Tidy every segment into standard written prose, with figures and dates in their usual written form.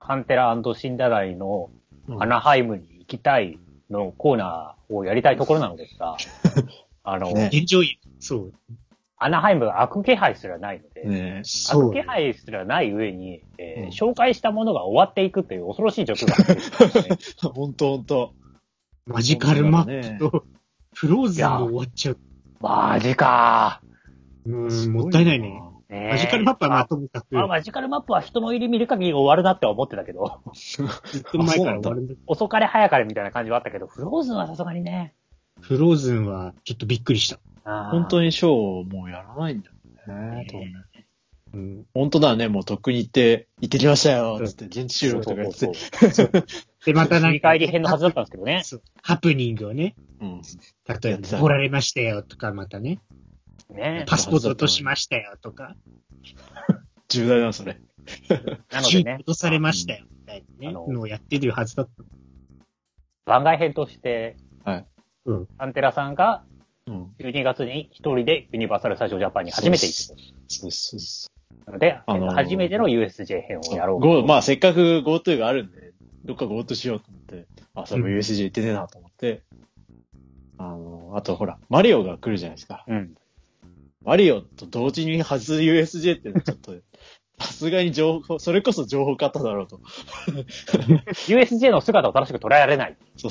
カンテラ&シンダライのアナハイムに行きたいのコーナーをやりたいところなのですが、 ね現状、そう。 アナハイムが開く気配すらないので、 ね開く気配すらない上に、紹介したものが終わっていくという恐ろしい状況が発生してるんですね。 ほんと。 マジカルマップと、フローズンも終わっちゃう。 マジかもったいないね。 ー。 マジカルマップはまあともかく、 マジカルマップは人の入り見る限り終わるなって思ってたけど、 ずっと前から終わるんだ。 遅かれ早かれみたいな感じはあったけど、フローズンはさすがにね。 フローズンはちょっとびっくりした。 本当にショーをもうやらないんだね。本当だね、もうとっくに行ってきましたよ、つって、現地収録とかやって。 で、また振り返り編のはずだったんですけどね。 ハプニングをね。例えば、来られましたよとか、またね。パスポート落としましたよとか。 重大な、それ。 なのでね。 落とされましたよ、みたいなね。のをやってるはずだった。 番外編として、 はい。 アンテラさんが、12月に一人でユニバーサル・スタジオ・ジャパンに初めて行く。 そうです。 なので、初めての USJ 編をやろう。 まあ、せっかく GoTo があるんで、どっか GoTo しようと思って、そういえば USJ 行ってねえなと思って、あとほら、マリオが来るじゃないですか。マリオと同時に初 USJ ってちょっと、さすがにそれこそ情報型だろうと。 USJ の姿を正しく捉えられない。 そう。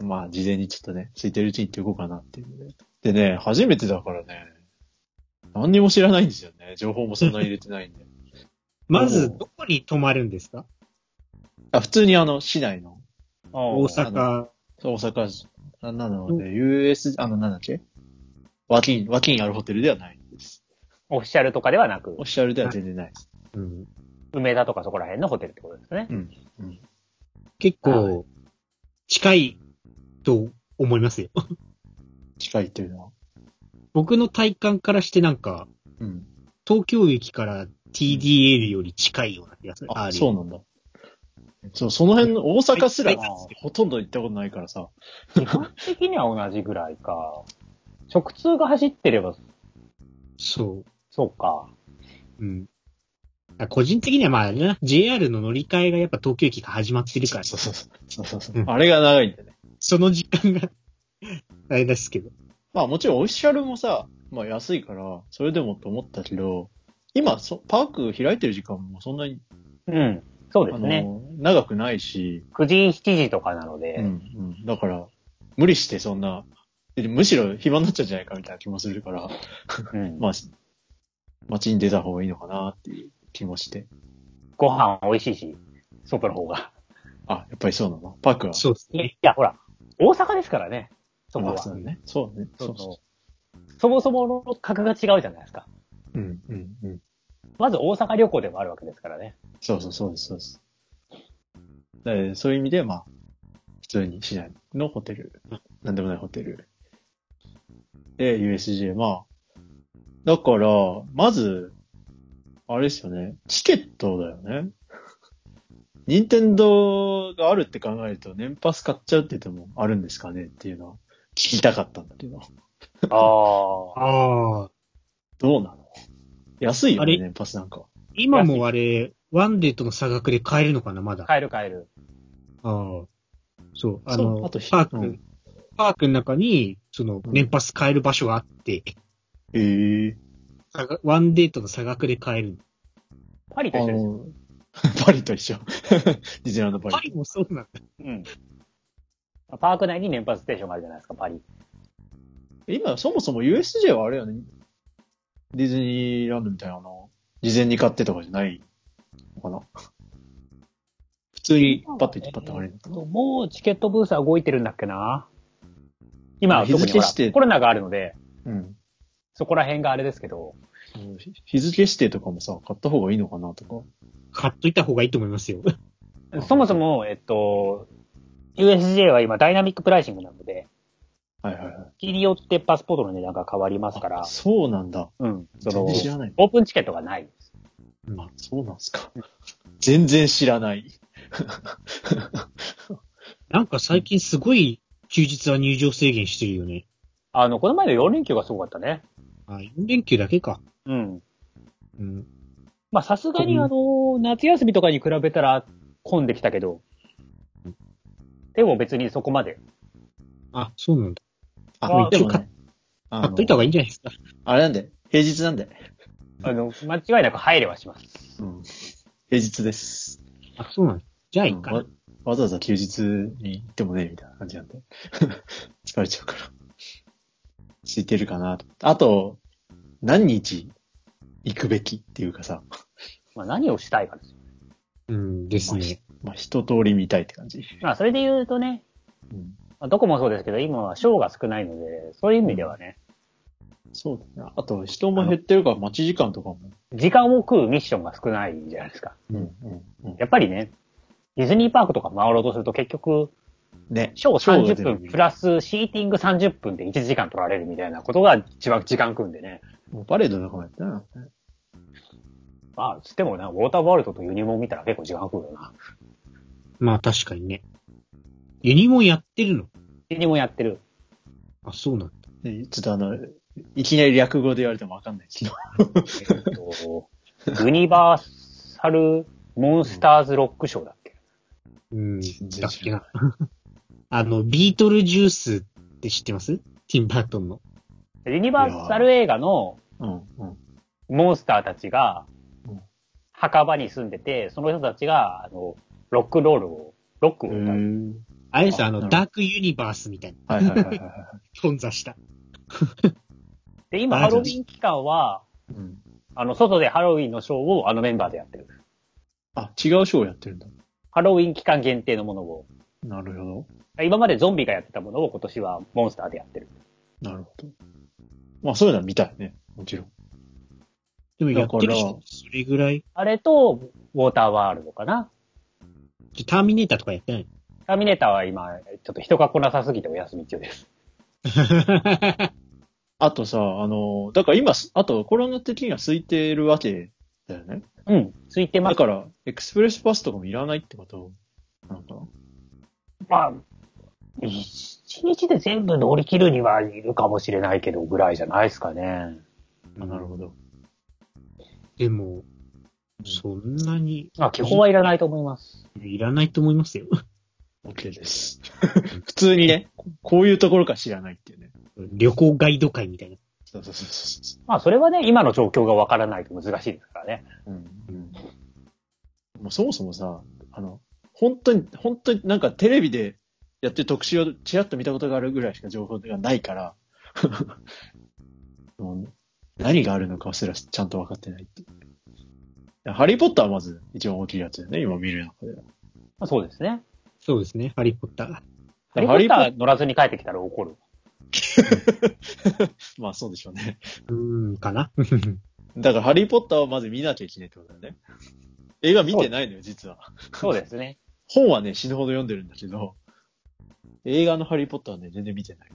まあ、事前にちょっとね、空いてるうちに行っておこうかなっていうので。でね、初めてだからね、何にも知らないんですよね。情報もそんなに入れてないんで。 まず、どこに泊まるんですか？ 普通に市内の。 大阪。 大阪、なので、なんだっけ？脇にあるホテルではないです。 オフィシャルとかではなく。 オフィシャルでは全然ないです。 梅田とかそこら辺のホテルってことですね。 結構、近いと思いますよ。 近いっていうのは僕の体感からしてなんか、東京駅から TDL より近いような気がする。 そうなんだ。その辺の大阪すらほとんど行ったことないからさ。 基本的には同じぐらいか。直通が走ってれば。そうか。 個人的にはまあね、JR の乗り換えがやっぱ東京駅が始まってるから。 そう。あれが長いんだね。 その時間があれですけど。 まあもちろんオフィシャルもさ、まあ安いから、それでもと思ったけど、今パーク開いてる時間もそんなに。 そうですね。 長くないし。 9時、7時とかなので。 だから、無理してそんな、むしろ暇になっちゃうんじゃないかみたいな気もするから、まあ、街に出た方がいいのかなっていう気もして。 ご飯美味しいし、外の方が。 やっぱりそうなの？パークは。 そうですね。 いや、ほら、大阪ですからね。そこは。 そうね。そうね。 そもそもの格が違うじゃないですか。まず大阪旅行でもあるわけですからね。 そうです。そういう意味で、まあ、普通に市内のホテル、なんでもないホテルで、USJ、まあ、だから、まず、あれですよね、チケットだよね。任天堂があるって考えると、年パス買っちゃうって言ってもあるんですかねっていうのは、聞きたかったんだけど。どうなの？安いよね、年パスなんか。 今もあれ、ワンデーとの差額で買えるのかな、まだ。 買える。 そう。パークの中に、年パス買える場所があって。ワンデーとの差額で買える。 パリと一緒ですよ。 パリと一緒。ディズニーランドパリ。 パリもそうなんだ。パーク内に年パスステーションがあるじゃないですか、パリ。 今、そもそも USJ はあれよね。ディズニーランドみたいな事前に買ってとかじゃないのかな。普通にパッと行ってパッとあれるのかな。 もうチケットブースは動いてるんだっけな。今は特にコロナがあるので、そこら辺があれですけど。 日付指定とかもさ、買った方がいいのかなとか。 買っといた方がいいと思いますよ。 そもそも、USJ は今ダイナミックプライシングなので、日によってパスポートの値段が変わりますから。 そうなんだ。 全然知らない。オープンチケットがないです。 そうなんですか。全然知らない。 なんか最近すごい休日は入場制限してるよね。 この前の4連休がすごかったね。 4連休だけか。 まあさすがに夏休みとかに比べたら混んできたけど、でも別にそこまで。 あ、そうなんだ。 でもね、 買っといた方がいいんじゃないですか。 あれなんで、平日なんで。 間違いなく入れはします。 うん。平日です。 あ、そうなんだ。じゃあいいか。 わざわざ休日に行ってもね、みたいな感じなんで。疲れちゃうから。空いてるかなと。あと、何日行くべきっていうかさ。 まあ何をしたいかですよ。 うんですね。 まあ一通り見たいって感じ。 まあそれで言うとね、どこもそうですけど、今はショーが少ないので、そういう意味ではね。 そうだね。あと人も減ってるから待ち時間とかも。 時間を食うミッションが少ないじゃないですか。やっぱりね、ディズニーパークとか回ろうとすると結局、ね、ショー30分プラスシーティング30分で1時間取られるみたいなことが一番時間食うんでね。 もうパレードとかもやったな。 まあ、つってもね、ウォーターワールドとユニモン見たら結構時間食うよな。 まあ確かにね。ユニモンやってるの？ ユニモンやってる。 あ、そうなんだ。 ちょっといきなり略語で言われてもわかんないけど。 ユニバーサルモンスターズロックショーだっけ？ だっけな。ビートルジュースって知ってます？ティンバートンの。 ユニバーサル映画のモンスターたちが墓場に住んでて、その人たちがロックを歌う。 あれです、ダークユニバースみたいな。頓挫した。 で、今ハロウィン期間は、外でハロウィンのショーをメンバーでやってる。 あ、違うショーをやってるんだ。 ハロウィン期間限定のものを。 なるほど。 今までゾンビがやってたものを今年はモンスターでやってる。 なるほど。まあそういうのは見たいね。もちろん。 でもやってる人それぐらい。 あれと、ウォーターワールドかな。 ターミネーターとかやってない？ ターミネーターは今、ちょっと人が来なさすぎてお休み中です。 あとさ、だから今、あとコロナ的には空いてるわけだよね。 うん、空いてます。 だから、エクスプレスパスとかもいらないってことなのかな？ まあ、一日で全部乗り切るにはいるかもしれないけど、ぐらいじゃないですかね。 なるほど。 でも、そんなに。 基本はいらないと思います。 いらないと思いますよ。 OK です。普通にね、こういうところか知らないっていうね。 旅行ガイド会みたいな。 そう。 まあ、それはね、今の状況がわからないと難しいですからね。 もうそもそもさ、本当になんかテレビでやってる特集をちらっと見たことがあるぐらいしか情報がないから、もう何があるのかすらちゃんと分かってないっていう。ハリーポッターはまず一番大きいやつだよね、今見る中では。 そうですね。 そうですね、ハリーポッター。 ハリーポッター乗らずに帰ってきたら怒る。 まあそうでしょうね。 かな。 だからハリーポッターをまず見なきゃいけないってことだよね。映画見てないのよ、実は。 そうですね。 本はね、死ぬほど読んでるんだけど、映画のハリーポッターはね、全然見てない。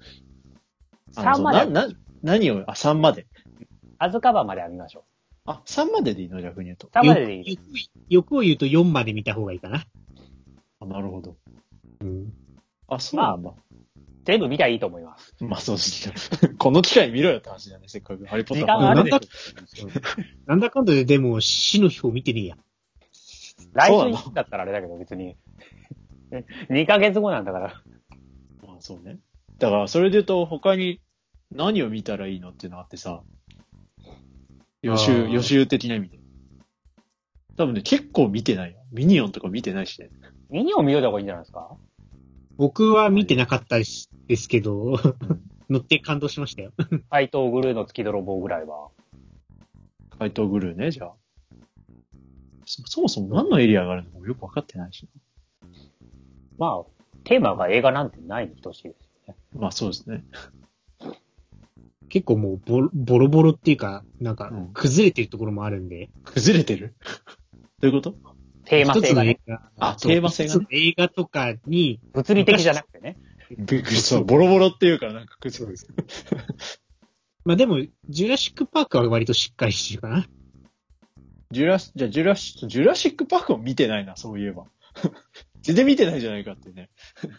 3まで。 何を、3まで。 アズカバンまでは見ましょう。3まででいいの？逆に言うと。 3まででいい。 欲を言うと4まで見た方がいいかな。 なるほど。そうなんだ。 全部見りゃいいと思います。 まあそうですね。この機会見ろよって話だね、せっかく。ハリーポッター。 時間あるでなんだかんだででも、死の秘宝見てねえや。 来週行くんだったらあれだけど別に。2ヶ月後なんだから。 まあそうね。だからそれで言うと他に何を見たらいいのっていうのがあってさ。予習的な意味で。多分ね、結構見てないよ。ミニオンとか見てないしね。 ミニオン見ようた方がいいんじゃないですか？ 僕は見てなかったですけど、乗って感動しましたよ。 怪盗グルーの月泥棒ぐらいは。 怪盗グルーね、じゃあ。そもそも何のエリアがあるのかよくわかってないし。 まあ、テーマが映画なんてないに等しいですよね。 まあそうですね。 結構もうボロボロっていうか、なんか、崩れてるところもあるんで。 崩れてる？どういうこと？ テーマ性がね。 テーマ性がね。 映画とかに。 物理的じゃなくてね。 そう、ボロボロっていうからなんかそうです。 まあでも、ジュラシックパークは割としっかりしてるかな。 ジュラシックパークも見てないな、そういえば。全然見てないじゃないかってね。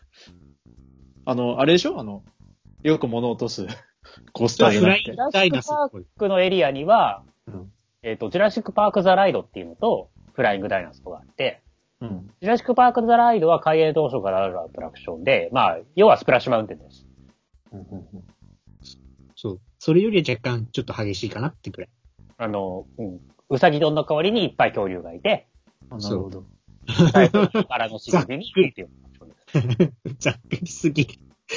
あれでしょ？よく物落とすコースターじゃなくて。 ジュラシックパークのエリアには、 ジュラシックパークザライドっていうのと、フライングダイナソーがあって、 うん。 ジュラシックパークザライドは開園当初からあるアトラクションで、まあ、要はスプラッシュマウンテンです。 そう。それよりは若干ちょっと激しいかなってくらい。 うさぎ丼の代わりにいっぱい恐竜がいて、 なるほど。 最初からのシリーズに行くっていうざっくりすぎる。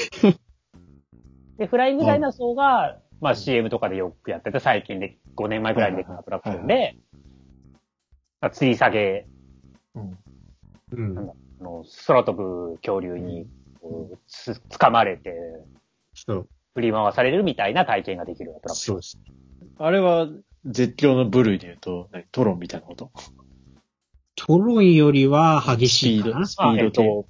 で、フライングダイナソーが、まあ CM とかでよくやってて、最近で5年前くらいにできたアトラクションで、吊り下げ、空飛ぶ恐竜に掴まれて、振り回されるみたいな体験ができるアトラクション。そうです。 あれは、絶叫の部類で言うと、トロンみたいなこと？ トロンよりは激しいかな。 スピードと、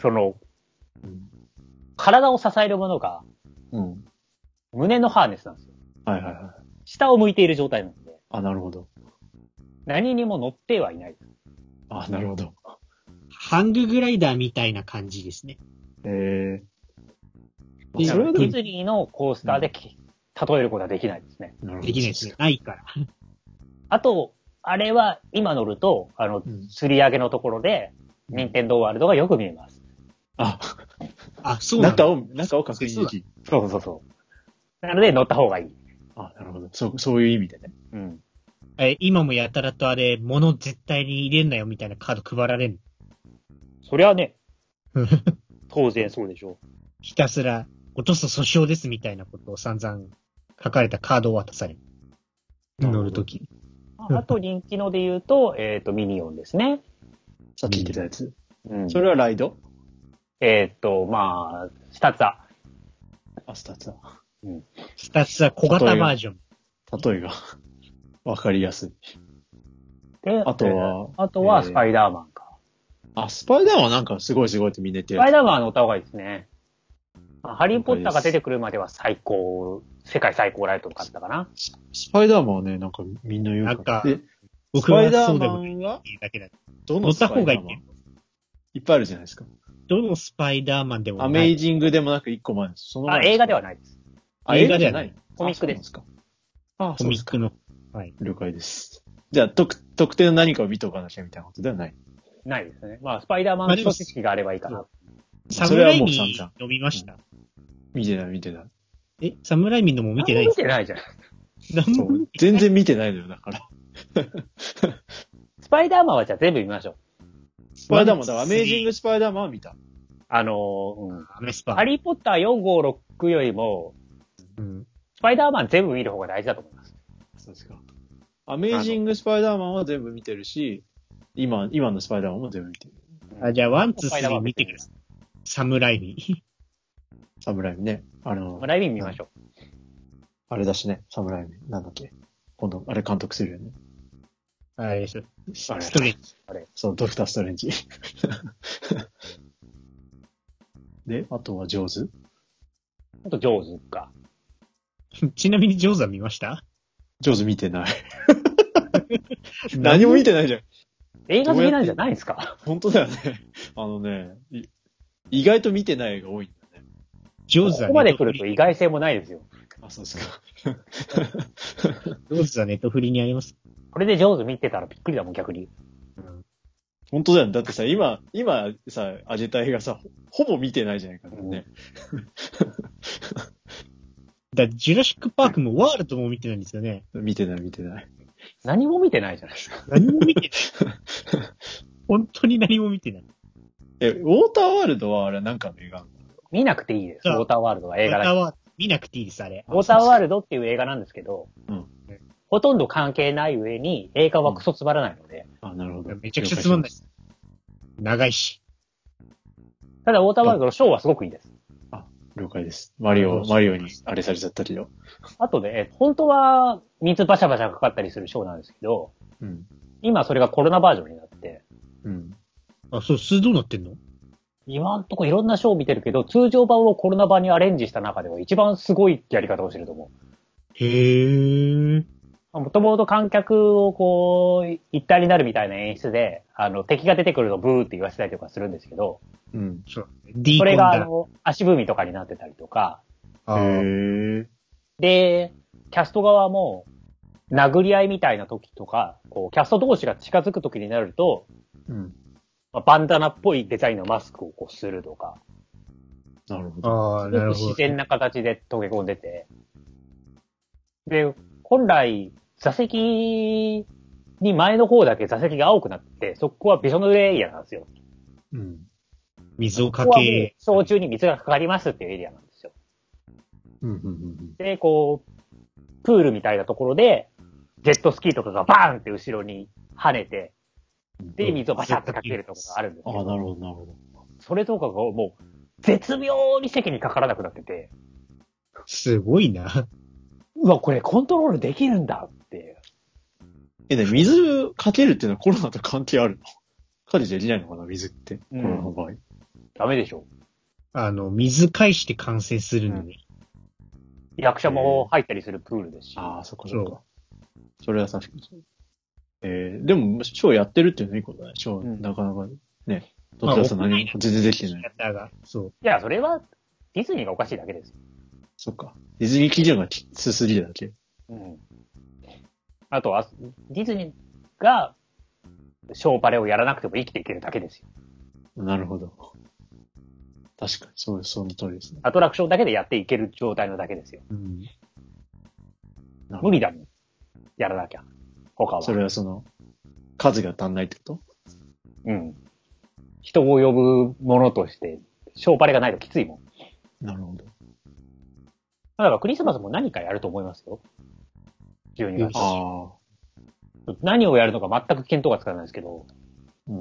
体を支えるものが、胸のハーネスなんですよ。 はいはいはい。 下を向いている状態なので。 あ、なるほど。 何にも乗ってはいない。 あ、なるほど。 ハンググライダーみたいな感じですね。 それはディズニーのコースターで例えることはできないですね。 できないですね。ないから。 あと、あれは今乗ると、吊り上げのところで、ニンテンドーワールドがよく見えます。 そうなんだ。 中を確認できる。 そう。なので乗った方がいい。 あ、なるほど。そういう意味でね。 うん。 今もやたらとあれ、物絶対に入れんなよみたいなカード配られんの。 そりゃね。当然そうでしょう。 ひたすら、落とす訴訟ですみたいなことを散々書かれたカードを渡される。乗るとき。 あと人気ので言うと、ミニオンですね。 さっき言ってたやつ。それはライド？ まあ、スタッツァ。 スタッツァ。 スタッツァ小型バージョン。 例えが、わかりやすい。 で、あとはスパイダーマンか。 スパイダーマンなんかすごいってみんな言ってる。 スパイダーマン乗った方がいいですね。ハリーポッターが出てくるまでは世界最高ライトとかあったかな。 スパイダーマンはね、なんかみんな言うから。 僕はそうでもないだけだ。 どのスパイダーマン？乗った方がいいね。いっぱいあるじゃないですか。 どのスパイダーマンでもない。 アメイジングでもなく1個前です。 映画ではないです。 映画ではない。 コミックです。 コミックの。 はい。了解です。じゃあ、特定の何かを見ておかなきゃみたいなことではない。 ないですね。まあ、スパイダーマンの知識があればいいかな。 サムライミ飲みました？ 見てない。 サムライミのも見てない？ 見てないじゃん。 全然見てないのよ、だから。 スパイダーマンはじゃあ全部見ましょう。 スパイダーマン、だからアメージングスパイダーマンは見た。 ハリーポッター4、5、6よりも、スパイダーマン全部見る方が大事だと思います。 そうですか。アメージングスパイダーマンは全部見てるし、今のスパイダーマンも全部見てる。 じゃあ、1、2、3見てください。サムライミね。 サムライミ見ましょう。 あれだしね、サムライミ。なんだっけ。今度、あれ監督するよね。 あれです。ストレンジ。 そう、ドクターストレンジ。で、あとはジョーズ？ あとジョーズか。 ちなみにジョーズは見ました？ ジョーズ見てない。何も見てないじゃん。 映画好きなんじゃないですか？ 本当だよね。意外と見てない映画多いんだよね。 ジョーズはここまで来ると意外性もないですよ。 そうですか。 ジョーズはネットフリにあります。 これでジョーズ見てたらびっくりだもん、逆に。 本当だよね。だってさ、今さ、アジェタイがさ、ほぼ見てないじゃないかね。 ジュラシックパークもワールドも見てないんですよね。 見てない。 何も見てないじゃないですか。 何も見てない。本当に何も見てない。 ウォーターワールドはあれなんかの映画なんだよ。 見なくていいです。ウォーターワールドは映画だ。 見なくていいです、あれ。 ウォーターワールドっていう映画なんですけど、ほとんど関係ない上に映画はクソつまらないので。 なるほど。 めちゃくちゃつまんないです。長いし。 ただ、ウォーターワールドのショーはすごくいいです。 了解です。マリオにあれされちゃったりよ。 あとね、本当は水バシャバシャかかったりするショーなんですけど、今それがコロナバージョンになって。 そう、どうなってんの？ 今んとこいろんなショーを見てるけど、通常版をコロナ版にアレンジした中では一番すごいやり方をしてると思う。 へー。 もともと観客をこう、一体になるみたいな演出で、敵が出てくるとブーって言わせたりとかするんですけど、それが足踏みとかになってたりとか、で、キャスト側も、 殴り合いみたいな時とか、こう、キャスト同士が近づく時になると、 うん。 バンダナっぽいデザインのマスクをこうするとか。 なるほど。 ああ、なるほど。 自然な形で溶け込んでて。で、本来、座席に前の方だけ座席が青くなって、そこはびしょ濡れエリアなんですよ。 うん。 水をかここはもうけ。 小中に水がかかりますっていうエリアなんですよ。で、こう、プールみたいなところで、ジェットスキーとかがバーンって後ろに跳ねて、で、水をバシャッとかけるところがあるんですけど。 ああ、なるほど、なるほど。 それとかがもう、絶妙に席にかからなくなってて。 すごいな。 うわ、これコントロールできるんだっていう。 ね、水かけるっていうのはコロナと関係あるの？家事できないのかな、水って。コロナの場合。 ダメでしょ。 水返して完成するのに。 役者も入ったりするプールですし。 ああ、そっかそっか。それは確かに。でも、ショーやってるっていうのはいいことだね。ショー、なかなかね。どっちか何も全然できてない。 そう。 いや、それは、ディズニーがおかしいだけですよ。 そっか。ディズニー基準がすすぎるだけ。 うん。あとは、ディズニーが、ショーパレをやらなくても生きていけるだけですよ。 なるほど。確かに、その通りですね。 アトラクションだけでやっていける状態のだけですよ。 うん、 無理だもん。やらなきゃ。他は。 それは数が足んないってこと？ うん。人を呼ぶものとして、ショーパレがないときついもん。なるほど。 だからクリスマスも何かやると思いますよ。12月。 ああ。 何をやるのか全く見当がつかないですけど。 うん。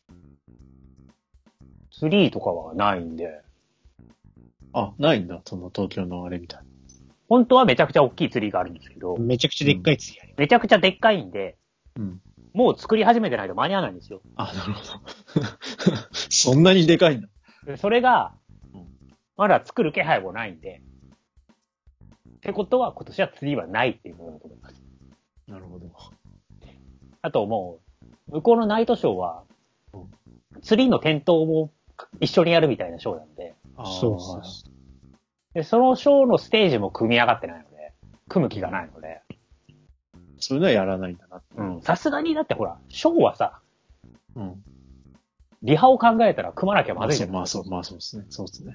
ツリーとかはないんで。 あ、ないんだ。東京のあれみたいな。 本当はめちゃくちゃ大きいツリーがあるんですけど。 めちゃくちゃでっかいツリーある。 めちゃくちゃでっかいんで。 うん。 もう作り始めてないと間に合わないんですよ。 あ、なるほど。そんなにでかいんだ。 それが、まだ作る気配もないんで。ってことは今年はツリーはないっていうことだと思います。 なるほど。 あともう、向こうのナイトショーは、ツリーの点灯も一緒にやるみたいなショーなんで。 そうそう。 で、そのショーのステージも組み上がってないので、組む気がないので。 そういうのはやらないんだな。 うん。さすがにだってほら、ショーはさ、 うん。 リハを考えたら組まなきゃまずいじゃん。 まあそうですね。そうですね。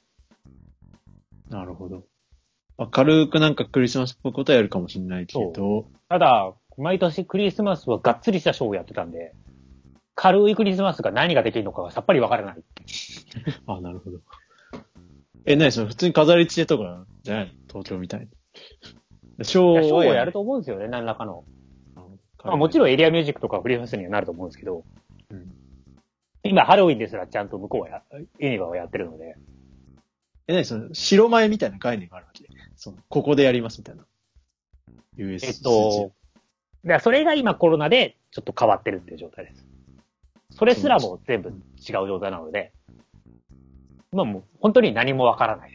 なるほど。軽くなんかクリスマスっぽいことはやるかもしれないけど。 ただ、毎年クリスマスはがっつりしたショーをやってたんで、軽いクリスマスが何ができるのかがさっぱりわからない。 あ、なるほど。何それ普通に飾り付けとかじゃないの？東京みたいに。ショーをやると思うんですよね、何らかの。もちろんエリアミュージックとかクリスマスにはなると思うんですけど、うん、今ハロウィンですらちゃんと向こうはユニバはやってるので。 何その白前みたいな概念があるわけ？ここでやりますみたいな。 それが今コロナでちょっと変わってるっていう状態です。それすらも全部違う状態なので、今もう本当に何もわからないです。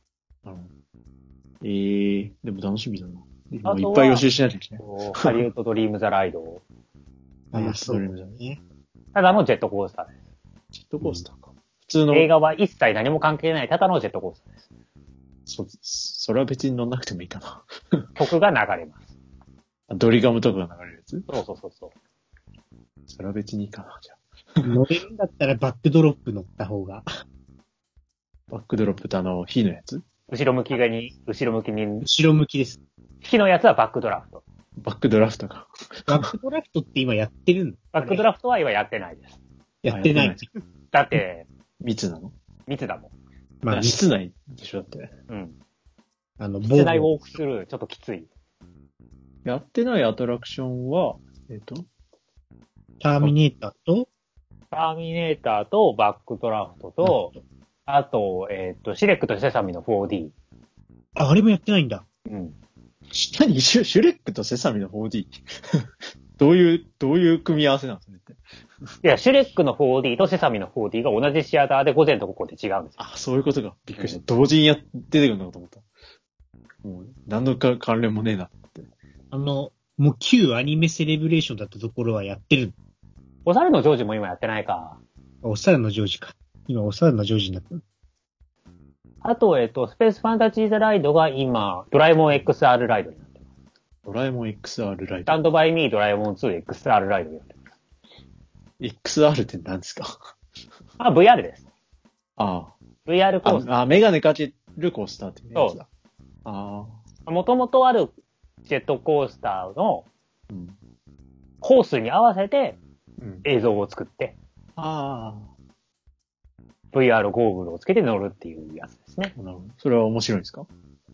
でも楽しみだな。今いっぱい予習しなきゃいけない。 ハリウッドドリームザライド。 ハリウッドドリームザライドね。 ただのジェットコースターです。 ジェットコースターか。普通の。 映画は一切何も関係ないただのジェットコースターです。 それは別に乗んなくてもいいかな。 曲が流れます。 ドリガムとかが流れるやつ？ そう。 それは別にいいかな、じゃあ。乗れるんだったらバックドロップ乗った方が。 バックドロップって火のやつ？ 後ろ向きです。 火のやつはバックドラフト。 バックドラフトか。 バックドラフトって今やってるの？ バックドラフトは今やってないです。 やってない。 だって、 密なの？ 密だもん。 まあ、室内でしょ、だって。 うん。室内ウォークスルー、ちょっときつい。 やってないアトラクションは、 ターミネーターとバックドラフトと、あと、シレックとセサミの 4D。 あれもやってないんだ。 うん。何シュレックとセサミの 4D？ どういう組み合わせなんですかねって。 いや、シュレックの 4D とセサミの 4D が同じシアターで午前と午後で違うんですよ。 あ、そういうことか。びっくりした。同時に出てくるのかと思った。もう、何の関連もねえなって。 もう旧アニメセレブレーションだったところはやってる。 お猿のジョージも今やってないか。 お猿のジョージか。今お猿のジョージになった。 あと、スペースファンタジーザライドが今、ドラえもん XR ライドになってます。 ドラえもん XR ライド。 スタンドバイミードラえもん 2XR ライドやってます。 XR って何ですか？ VR です。 ああ。 VR コースター。 メガネかけるコースターってやつだ。 もともとあるジェットコースターのコースに合わせて映像を作って、VR ゴーグルをつけて乗るっていうやつですね。 なるほど。それは面白いですか？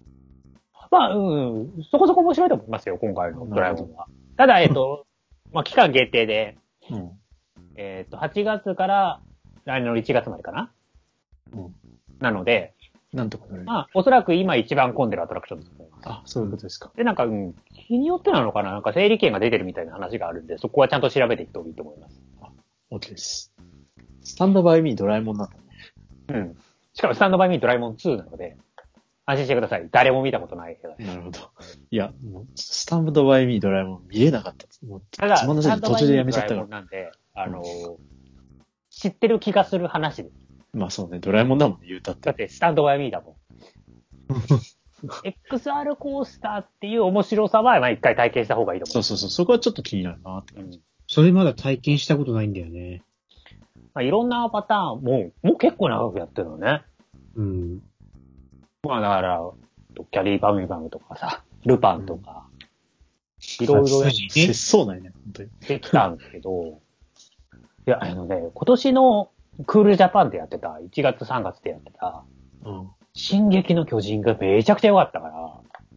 そこそこ面白いと思いますよ、今回のドラえもんは。ただ、期間限定で、8月から来年の1月までかな。なので、 なんとかなる。 おそらく今一番混んでるアトラクションだと思います。 そういうことですか。 で、日によってなのかな整理券が出てるみたいな話があるんで、そこはちゃんと調べていった方がいいと思います。 OK です。スタンドバイミードラえもんなんだね。しかもスタンドバイミードラえもん2なので、安心してください。誰も見たことないけど。 なるほど。いや、もう、スタンドバイミードラえもん見れなかった。もう、 ただ、 つまんなさい途中でやめちゃったから。 なんで、知ってる気がする話です。 そうね、ドラえもんだもんね、言うたって。 だって、スタンドバイミーだもん。XR コースターっていう面白さは、一回体験した方がいいと思う。 そう。そこはちょっと気になるなって感じ。 それまだ体験したことないんだよね。 いろんなパターン、もう結構長くやってるのね。だから、キャリーパミュパムとかさ、ルパンとか、いろいろ切そうないね、本当に。 できたんですけど、いや、今年のクールジャパンでやってた、1月3月でやってた、進撃の巨人がめちゃくちゃ良かったから。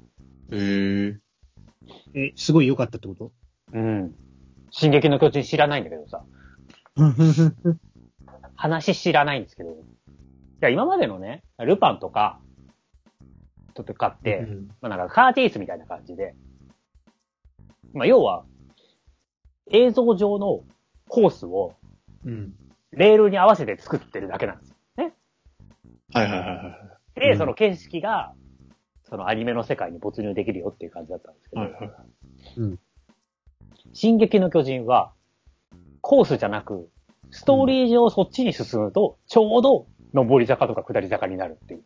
すごい良かったってこと？ 進撃の巨人知らないんだけどさ。話知らないんですけど。いや、今までのね、ルパンとか、ちょっと買って、カーチェイスみたいな感じで、要は、映像上のコースを、レールに合わせて作ってるだけなんですよね。で、その景色が、そのアニメの世界に没入できるよっていう感じだったんですけど、進撃の巨人は、コースじゃなく、ストーリー上そっちに進むと、ちょうど、上り坂とか下り坂になるっていう。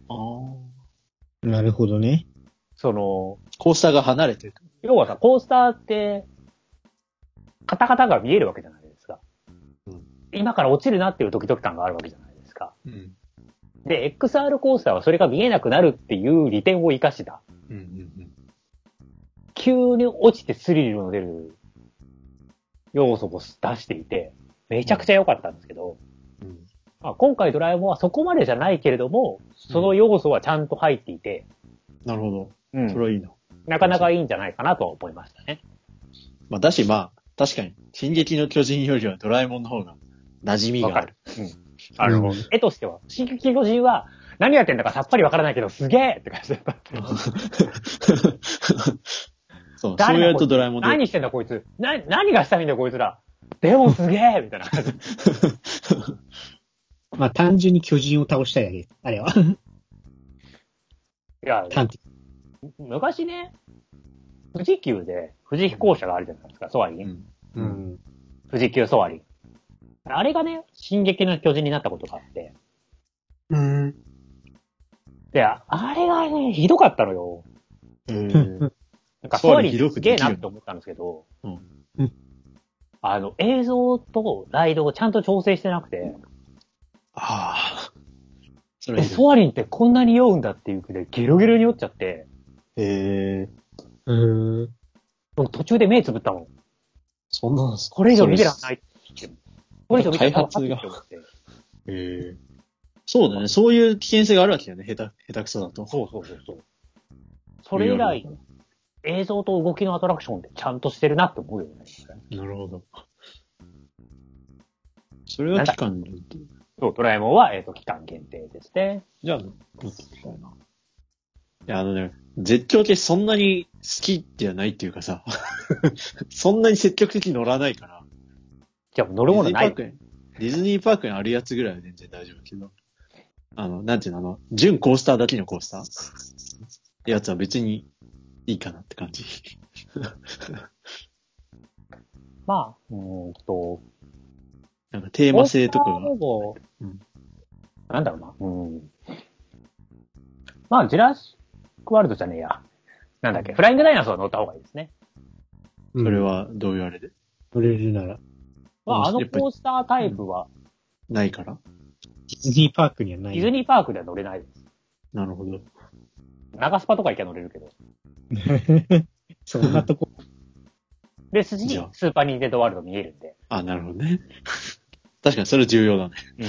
なるほどね。 コースターが離れてる。 要はさ、コースターって、カタカタが見えるわけじゃないですか。今から落ちるなっていうドキドキ感があるわけじゃないですか。で、XR コースターはそれが見えなくなるっていう利点を生かした。急に落ちてスリルの出る要素を出していて、めちゃくちゃ良かったんですけど、今回ドラえもんはそこまでじゃないけれども、その要素はちゃんと入っていて、 なるほど。それはいいな。 なかなかいいんじゃないかなと思いましたね。 だし、確かに、進撃の巨人よりはドラえもんの方が馴染みがある。 絵としては、進撃の巨人は何やってんだかさっぱりわからないけど、すげえって感じだった。 そうやるとドラえもん何してんだこいつ。何がしたいんだこいつら。でもすげえみたいな感じ。 単純に巨人を倒したいだけ。あれは。 いや、昔ね、富士急で、富士飛行車があるじゃないですか、ソアリン。富士急ソアリン。あれがね、進撃の巨人になったことがあって。で、あれがね、ひどかったのよ。ソアリンすげえなって思ったんですけど、映像とライドをちゃんと調整してなくて、ソアリンってこんなに酔うんだっていうくらいゲロゲロに酔っちゃって、途中で目つぶったもん。 そんなのこれ以上見てらんない。これ以上見てらんない。 開発が。そうだね。そういう危険性があるわけだよね。下手くそだと。 そう。それ以来、映像と動きのアトラクションってちゃんとしてるなって思うよね。 なるほど。それは期間限定。 そう、ドラえもんは、期間限定ですね。 じゃあ、見てみたいな。いや、絶叫系そんなに好きではないっていうかさ、そんなに積極的に乗らないから。 じゃあ乗るものない。 ディズニーパークにあるやつぐらいは全然大丈夫けど。なんていうの、純コースターだけのコースターってやつは別にいいかなって感じ。なんかテーマ性とかが。 なんだろうな。ジュラシックワールドじゃねえや。 なんだっけ、フライングダイナソー乗った方がいいですね。 それはどういうあれで乗れるなら。 まあ、コースタータイプは、 ないからディズニーパークにはない。 ディズニーパークでは乗れないです。 なるほど。 長スパとか行きゃ乗れるけど。 そんなとこ。 で、筋にスーパーニンテンドーワールド見えるんで。 あ、なるほどね。確かにそれ重要だね。 うん。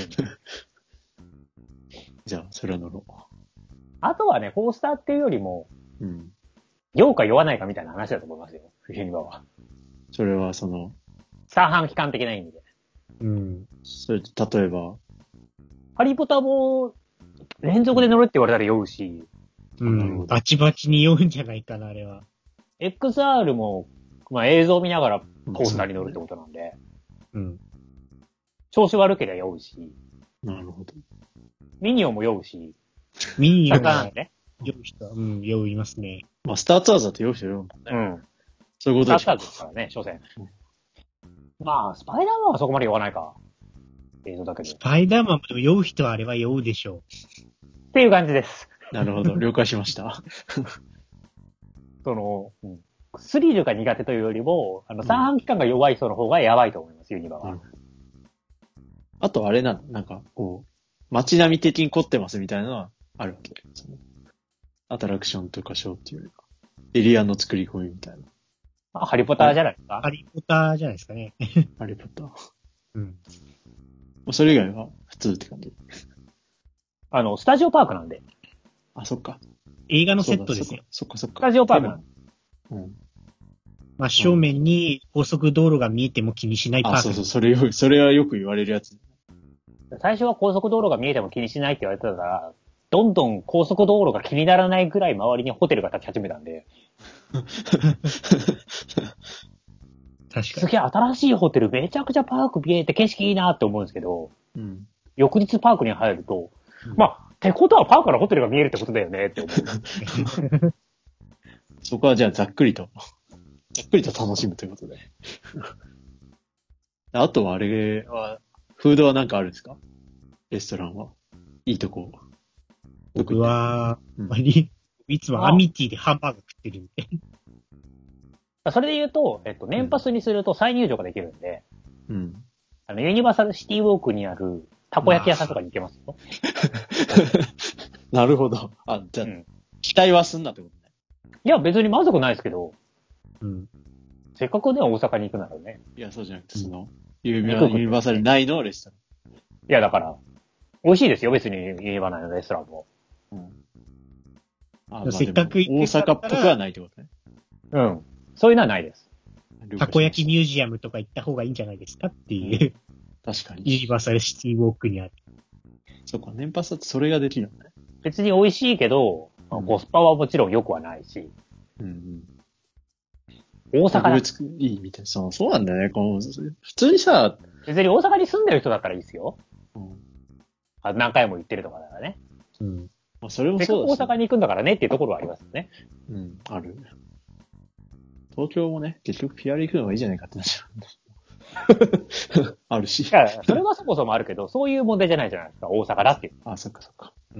じゃあ、それは乗ろう。 あとはね、コースターっていうよりも、 うん。 酔うか酔わないかみたいな話だと思いますよ。ユニバは。 それは三半期間的な意味で。 うん。 それって例えば、 ハリーポッターも連続で乗るって言われたら酔うし、 うん。バチバチに酔うんじゃないかな、あれは。 XR も、まあ映像見ながらコースターに乗るってことなんで、 うん。 調子悪ければ酔うし、 なるほど。 ミニオンも酔うし、 ミニオンがね。 酔う人は、酔いますね。 まあ、スターツアーズだと酔う人酔うもんね。 うん。 そういうことでしょ。 スターツアーズですからね、所詮。まあ、スパイダーマンはそこまで酔わないか。映像だけど。 スパイダーマンも酔う人はあれは酔うでしょう。 っていう感じです。 なるほど。了解しました。 スリルが苦手というよりも、三半期間が弱い人の方がやばいと思います、ユニバは。 あとあれなんか、街並み的に凝ってますみたいなのはあるわけ。アトラクションとかショーっていうよりか。エリアの作り込みみたいな。 ハリポターじゃないですか？ ハリポターじゃないですかね。 ハリポター。 うん。 それ以外は普通って感じ。 スタジオパークなんで。 あ、そっか。 映画のセットですよ。 そっか。スタジオパークなんで。 うん。 真正面に高速道路が見えても気にしないパーク。 あ、そう、それはよく言われるやつ。 最初は高速道路が見えても気にしないって言われてたから、どんどん高速道路が気にならないぐらい周りにホテルが建ち始めたんで。 確かに。 すげえ新しいホテルめちゃくちゃパーク見えて景色いいなって思うんですけど、 うん、 翌日パークに入ると、まあ、ってことはパークからホテルが見えるってことだよねって思う。 そこはじゃあざっくりと楽しむということで。あとはあれは、フードはなんかあるんですか？レストランは。いいとこ。 僕は、いつもアミティでハンバーガー食ってるんで。 それで言うと、年パスにすると再入場ができるんで、 うん。 ユニバーサルシティウォークにあるたこ焼き屋さんとかに行けますよ。 なるほど。あ、じゃあ、期待はすんなってことね。 いや、別にまずくないですけど、 うん。 せっかくね、大阪に行くならね。 いや、そうじゃなくて、ユニバーサル内のレストラン。 いや、だから、美味しいですよ、別にユニバ内のレストランも。 うん。 せっかく大阪っぽくはないってことね。 うん。そういうのはないです。 たこ焼きミュージアムとか行った方がいいんじゃないですかっていう。 確かに。 ユニバーサルシティウォークにある。 そうか、年パスだとそれができるのね。 別に美味しいけど、コスパはもちろん良くはないし。 うんうん。 大阪だ。 いいみたいな。そうなんだよね。普通にさ、 別に大阪に住んでる人だったらいいですよ。 うん。 何回も言ってるとかだからね。 うん。 まあ、それもそうだし。大阪に行くんだからねっていうところはありますよね。 うん、ある。東京もね、結局ピアリ行くのがいいじゃないかってなっちゃう。あるし。 いや、それはそもそもあるけど、そういう問題じゃないじゃないですか、大阪だっていう。 あ、そっかそっか。 うん。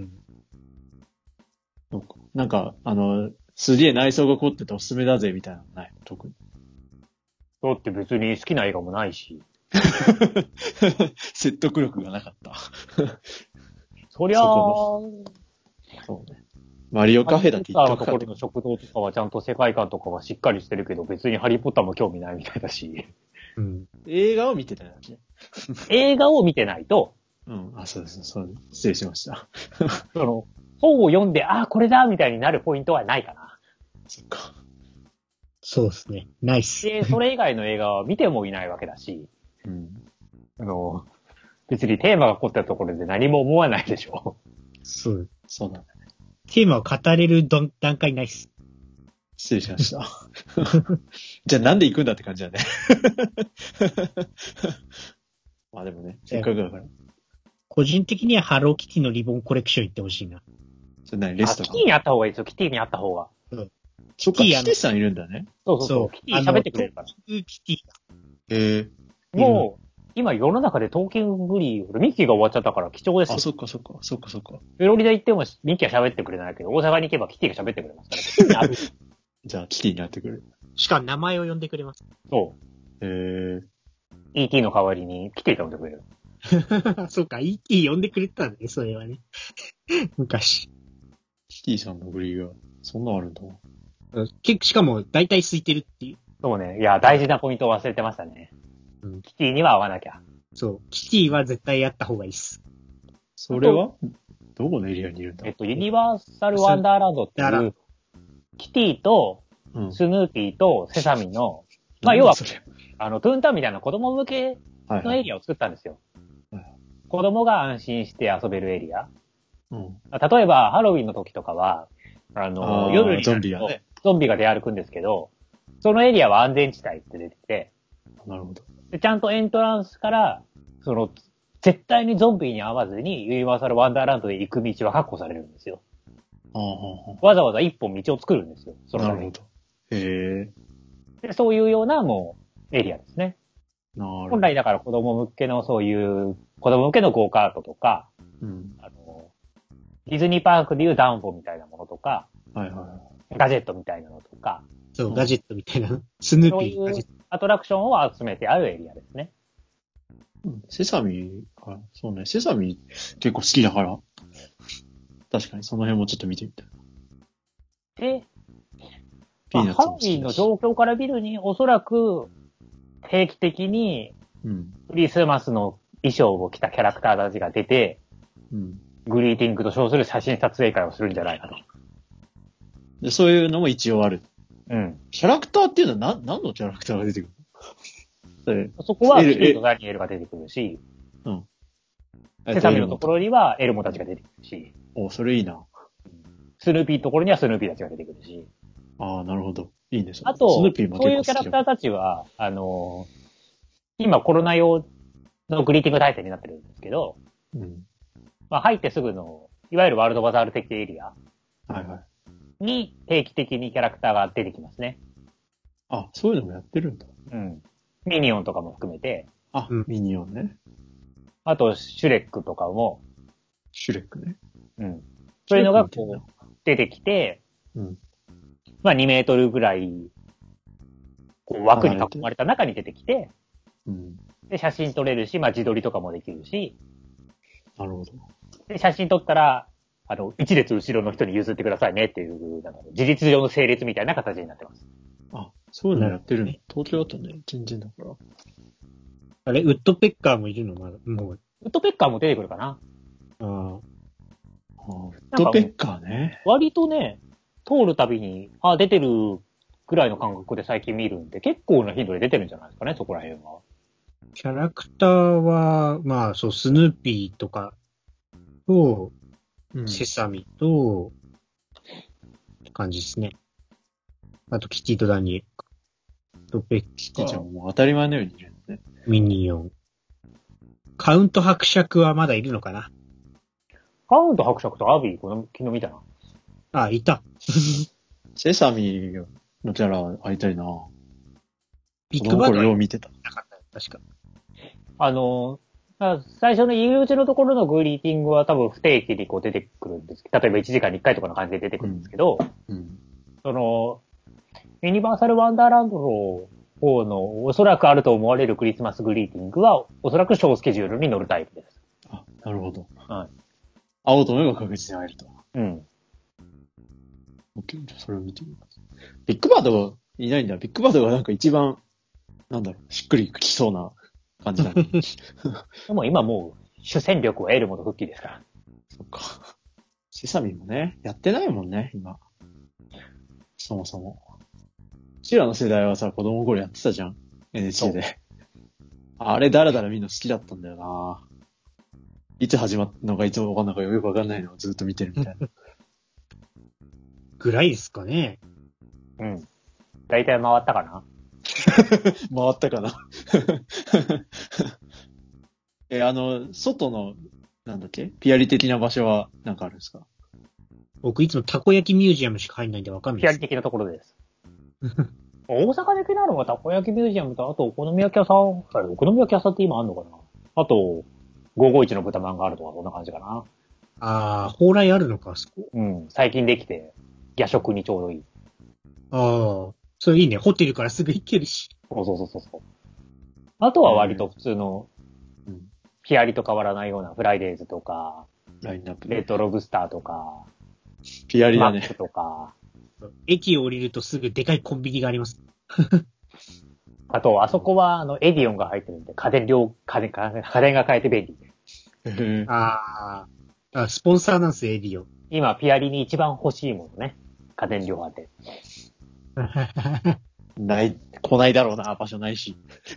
なんか、すげえ内装が凝ってておすすめだぜ、みたいなのない特に。 だって別に好きな映画もないし。 説得力がなかった。 そりゃー、 そうね。マリオカフェだって言ったところの食堂とかはちゃんと世界観とかはしっかりしてるけど、別にハリーポッターも興味ないみたいだし。 うん。 映画を見てたよね。 映画を見てないと、 うん。あ、そうです。失礼しました。 本を読んで、これだみたいになるポイントはないかな。 そっか。 そうですね。ナイス。 で、それ以外の映画は見てもいないわけだし、 うん。 別にテーマが凝ったところで何も思わないでしょ。 そうだね。 テーマを語れる段階ないっす。 失礼しました。じゃあなんで行くんだって感じだね。まあでもね、せっかくだから。 個人的にはハローキティのリボンコレクション行ってほしいな。 それ何レストラン？ キティにあった方がいいですよ、キティにあった方が。 うん。そっか、キティさんいるんだね。 そう。キティ喋ってくれるから。 キティだ。 もう、今世の中でトーキングブリー、ミッキーが終わっちゃったから貴重ですよ。 あ、そっか。 フロリダ行ってもミッキーは喋ってくれないけど、大阪に行けばキティが喋ってくれますから。キティにある。 じゃあ、キティになってくる。 しかも名前を呼んでくれます。 そう。ET の代わりにキティが呼んでくれる。 そうか、ET 呼んでくれたんだね、それはね。昔。 キティさんのグリーが、そんなあるんだ。 しかも、大体空いてるっていう。 そうね。いや、大事なポイントを忘れてましたね。うん、キティには会わなきゃ。 そう。キティは絶対やった方がいいっす。 それはどこのエリアにいるんだ？ ユニバーサルワンダーランドっていう、キティと、スヌーピーとセサミの、まあ、要は、トゥーンタウンみたいな子供向けのエリアを作ったんですよ。子供が安心して遊べるエリア。例えば、ハロウィンの時とかは、夜にゾンビがね。 ゾンビが出歩くんですけど、そのエリアは安全地帯って出てて、 なるほど。 でちゃんとエントランスから、絶対にゾンビに会わずにユニバーサルワンダーランドへ行く道は確保されるんですよ。わざわざ一本道を作るんですよ。 なるほど。へえ。でそういうようなもうエリアですね。 なるほど。 本来だから子供向けのそういう子供向けのゴーカートとか、ディズニーパークでいうダンボみたいなものとか、ガジェットみたいなのとか。 そう、ガジェットみたいな。スヌーピー。 そういうアトラクションを集めてあるエリアですね。 セサミ、そうね、セサミ結構好きだから。確かにその辺もちょっと見てみたい。 で、ハロウィンの状況から見るに、おそらく定期的に、クリスマスの衣装を着たキャラクターたちが出て、グリーティングと称する写真撮影会をするんじゃないかと。 でそういうのも一応ある。キャラクターっていうのは何のキャラクターが出てくるの？ そこは、キティとダニエルが出てくるし、セサミのところにはエルモたちが出てくるし。 それいいな。 スヌーピーのところにはスヌーピーたちが出てくるし。 なるほど。いいんですよ。 あと、そういうキャラクターたちは、今コロナ用のグリーティング体制になってるんですけど、まあ入ってすぐの、いわゆるワールドバザール的エリアに定期的にキャラクターが出てきますね。 そういうのもやってるんだ。 ミニオンとかも含めて。 ミニオンね。 あと、シュレックとかも。 シュレックね。 そういうのがこう、出てきて、まあ2メートルぐらい、こう枠に囲まれた中に出てきて、で、写真撮れるし、まあ自撮りとかもできるし。 なるほど。 で、写真撮ったら、一列後ろの人に譲ってくださいねっていう、事実上の整列みたいな形になってます。 そういうのやってるね。東京だとね、全然だから。 あれ、ウッドペッカーもいるのまだ、もう。 ウッドペッカーも出てくるかな。 ウッドペッカーね。 割とね、通るたびに、出てるぐらいの感覚で最近見るんで、結構な頻度で出てるんじゃないですかね、そこら辺は。 キャラクターは、まあ、そう、スヌーピーとかと、セサミと、って感じですね。あと、キティとダニエル。と、ベッキー。キティちゃんも当たり前のようにいるんですね。 ミニオン。カウント伯爵はまだいるのかな？ カウント伯爵とアビー、昨日見たな。 いた。 セサミのキャラ会いたいな。 ビッグバッドよう見てた。 なかった。確か。 最初の入り口のところのグリーティングは多分不定期にこう出てくるんですけど、例えば1時間に1回とかの感じで出てくるんですけど、ユニバーサルワンダーランドの方のおそらくあると思われるクリスマスグリーティングはおそらく小スケジュールに乗るタイプです。 なるほど。会おうと思えば確実に会えると。OK、それを見てみます。ビッグバードいないんだ。ビッグバードがなんか一番、しっくりきそうな感じだね。 でも今もう主戦力は得るもの復帰ですから。 そっか。セサミもね、やってないもんね、今。そもそも。うちらの世代はさ、子供の頃やってたじゃん。NHK で。あれだらだら見るの好きだったんだよな。いつ始まったのかいつもわかんないかよくわかんないのをずっと見てるみたいな。 ぐらいですかね。 大体回ったかな回ったかな外の、ピアリ的な場所はなんかあるんですか？ 僕いつもたこ焼きミュージアムしか入んないんでわかんないです。 ピアリ的なところです。大阪で気になるのはたこ焼きミュージアムと、あとお好み焼き屋さん。お好み焼き屋さんって今あんのかな？あと、551の豚まんがあるとか、そんな感じかな。 蓬莱あるのか、そこ。 最近できて、夜食にちょうどいい。 ああ、それいいね。ホテルからすぐ行けるし。 そうそうそうそう。あとは割と普通の、ピアリと変わらないようなフライデーズとか、 ラインナップレッドロブスターとか、 ピアリだね。 マックとか、 駅を降りるとすぐでかいコンビニがあります。 あと、あそこは、エディオンが入ってるんで、家電が買えて便利。 ああ、スポンサーなんすよ、エディオン。 今、ピアリに一番欲しいものね。家電量販店。 来ないだろうな、場所ないし。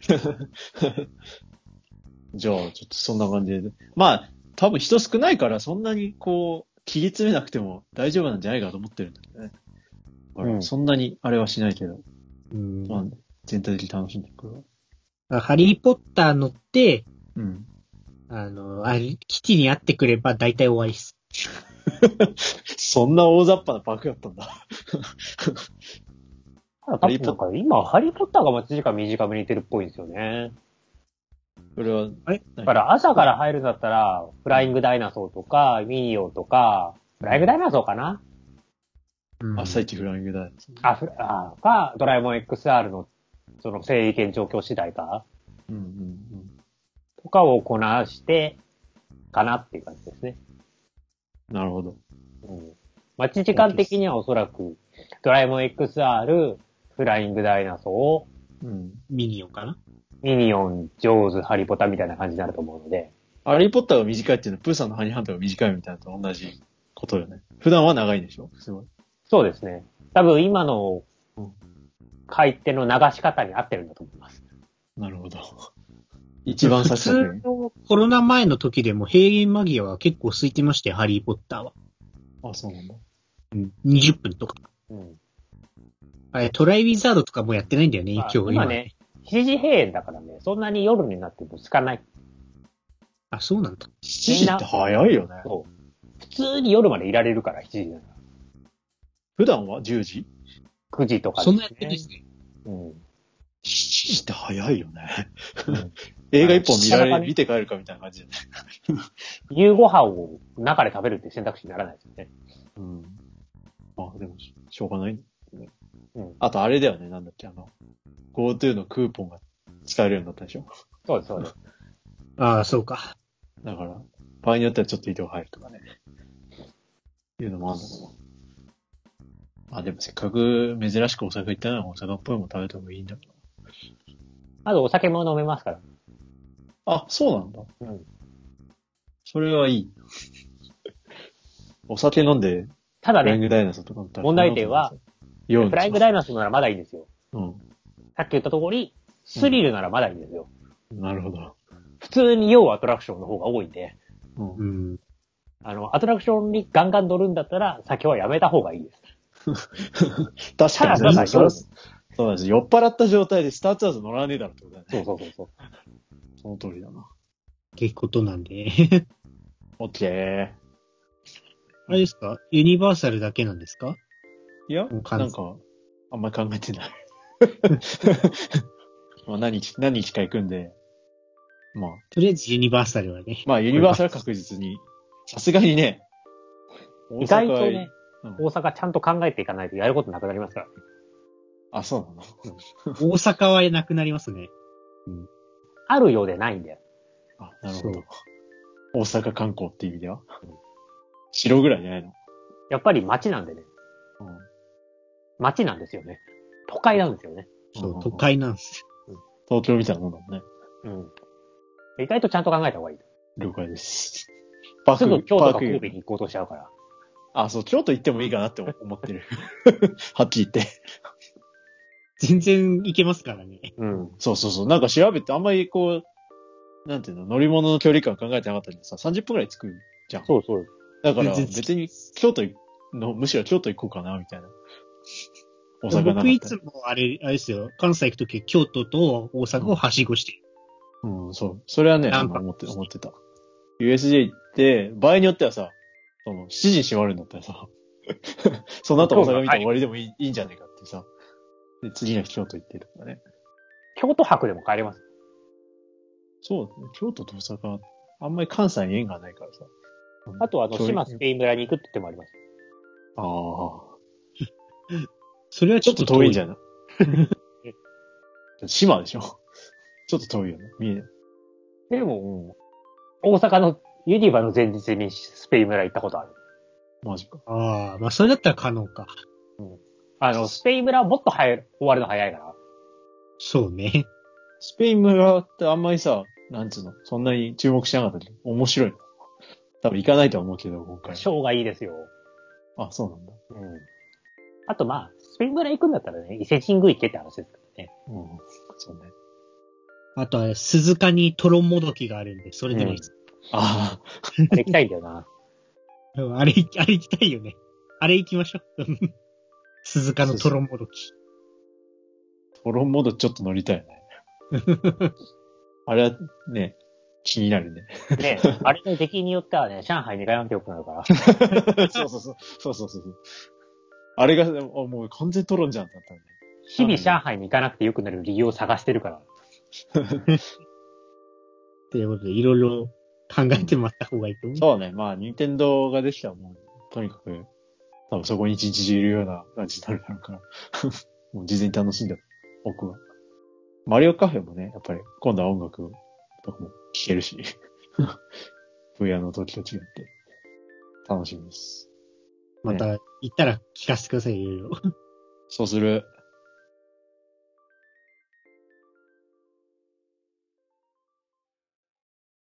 じゃあ、ちょっとそんな感じで。まあ、多分人少ないから、そんなに切り詰めなくても大丈夫なんじゃないかと思ってるんだけどね。そんなにあれはしないけど。まあ、全体的に楽しんでいくわ。 ハリーポッター乗って、 うん。 基地に会ってくれば大体終わりっす。 そんな大雑把なパークだったんだ。 ハリーポッター、今、ハリーポッターが待ち時間短めにいてるっぽいんですよね。 それは、 だから朝から入るんだったら、フライングダイナソーとか、ミニオンとか、フライングダイナソーかな、 朝一フライングダイか、ドラえもん XR の、その整理券状況次第か。とかをこなして、かなっていう感じですね。 なるほど。 待ち時間的にはおそらく、ドラえもん XR、フライングダイナソー、ミニオンかなミニオン、ジョーズ、ハリポタみたいな感じになると思うので。 ハリーポッターが短いっていうのは、プーさんのハニーハンターが短いみたいなのと同じことよね。普段は長いんでしょすごい。 そうですね。多分今の、回転の流し方に合ってるんだと思います。 なるほど。一番最初普通のコロナ前の時でも閉園間際は結構空いてましたよ、ハリーポッターは。 あ、そうなんだ。 20分とか。あれ、トライウィザードとかもやってないんだよね、今日。 今ね、7時閉園だからね、そんなに夜になってもつかない。 あ、そうなんだ。 7時って早いよね。 そう。普通に夜までいられるから、7時だから。 普段は10時 ?9 時とか、 そんなやってるんですね。 7時って早いよね。映画一本見て帰るかみたいな感じでね。 夕ご飯を中で食べるって選択肢にならないですよね。 まあでも、しょうがない、ね。あとあれだよね、なんだっけ、GoTo のクーポンが使えるようになったでしょ。 そうです、そうです。 ああ、そうか。 だから、場合によってはちょっと移動入るとかね。いうのもあるんだけど。あ、でもせっかく珍しく大阪行ったなら大阪っぽいもの食べた方がいいんだけど。 あとお酒も飲めますから。 あ、そうなんだ。それはいい。お酒飲んで、 ただね、 フライングダイナソーとか問題点は、フライングダイナソーならまだいいんですよ。さっき言った通り、スリルならまだいいんですよ。 なるほど。 普通に酔うアトラクションの方が多いんで、アトラクションにガンガン乗るんだったら、酒はやめた方がいいです。 確かに。そうなんです。酔っ払った状態でスターツアーズ乗らねえだろってことだね。 そう。 その通りだな。 ってことなんで。 オッケー。 あれですか？ユニバーサルだけなんですか？ いや、なんか、あんまり考えてない。まあ何日か行くんで、まあ。 とりあえずユニバーサルはね。 まあユニバーサル確実に、さすがにね、 意外とね、大阪ちゃんと考えていかないとやることなくなりますから。 あ、そうなの？ 大阪はなくなりますね。 あるようでないんだよ。 あ、なるほど。大阪観光っていう意味では。城ぐらいじゃないの？ やっぱり街なんでね。街なんですよね。都会なんですよね。 そう、都会なんですよ。東京みたいなもんだもんね。 意外とちゃんと考えた方がいい。 了解です。 すぐ京都か神戸に行こうとしちゃうから。 あ、そう、京都行ってもいいかなって思ってる。はっきり言って。 全然行けますからね。 そう。なんか調べてあんまりなんていうの、乗り物の距離感考えてなかったんでさ、30分くらい着くじゃん。 そう。 だから別にむしろ京都行こうかな、みたいな。 大阪なかった。僕いつもあれですよ。関西行くとき京都と大阪をはしごしてる。 そう。それはね、思ってた。USJ 行って、場合によってはさ、7時に閉まるんだったらさ、その後大阪見て終わりでもいいんじゃねえかってさ。で、次の日京都行ってとかね。 京都泊でも帰れます。 そうだね。京都と大阪、あんまり関西に縁がないからさ。 あと島スペイン村に行くって言ってもあります。 ああ。 それはちょっと遠いんじゃない島でしょちょっと遠いよね。見えない。 でも、大阪のユニバの前日にスペイン村行ったことある。 マジか。 ああ、まあそれだったら可能か。 スペイン村はもっと終わるの早いから。 そうね。 スペイン村ってあんまりさ、なんつうの、そんなに注目しなかったけど、面白いの。多分行かないとは思うけど、今回。 ショーがいいですよ。 あ、そうなんだ。 あとまあ、スペイン村行くんだったらね、伊勢神宮行けって話ですからね。 そうね。 あとは、鈴鹿にトロンもどきがあるんで、それでもいいです。 ああれ行きたいんだよな。 あれ行きたいよね。あれ行きましょう。鈴鹿のトロンもどき。 トロンモードちょっと乗りたいね。あれはね、気になるね。 ね、あれの出来によってはね、上海に行かなくてよくなるから。 そう。あれが、もう完全トロンじゃんってなったんで。 日々上海に行かなくてよくなる理由を探してるから。 ということで、いろいろ考えてもらった方がいいと思う。 そうね。まあ、任天堂ができたらもう、とにかく、多分そこに一日中いるような感じになるだろうから。もう事前に楽しんでおくわ。マリオカフェもね、やっぱり今度は音楽とかも聴けるし。VR の時と違って。楽しみです。 また、行ったら聞かせてください、いろいろ。 そうする。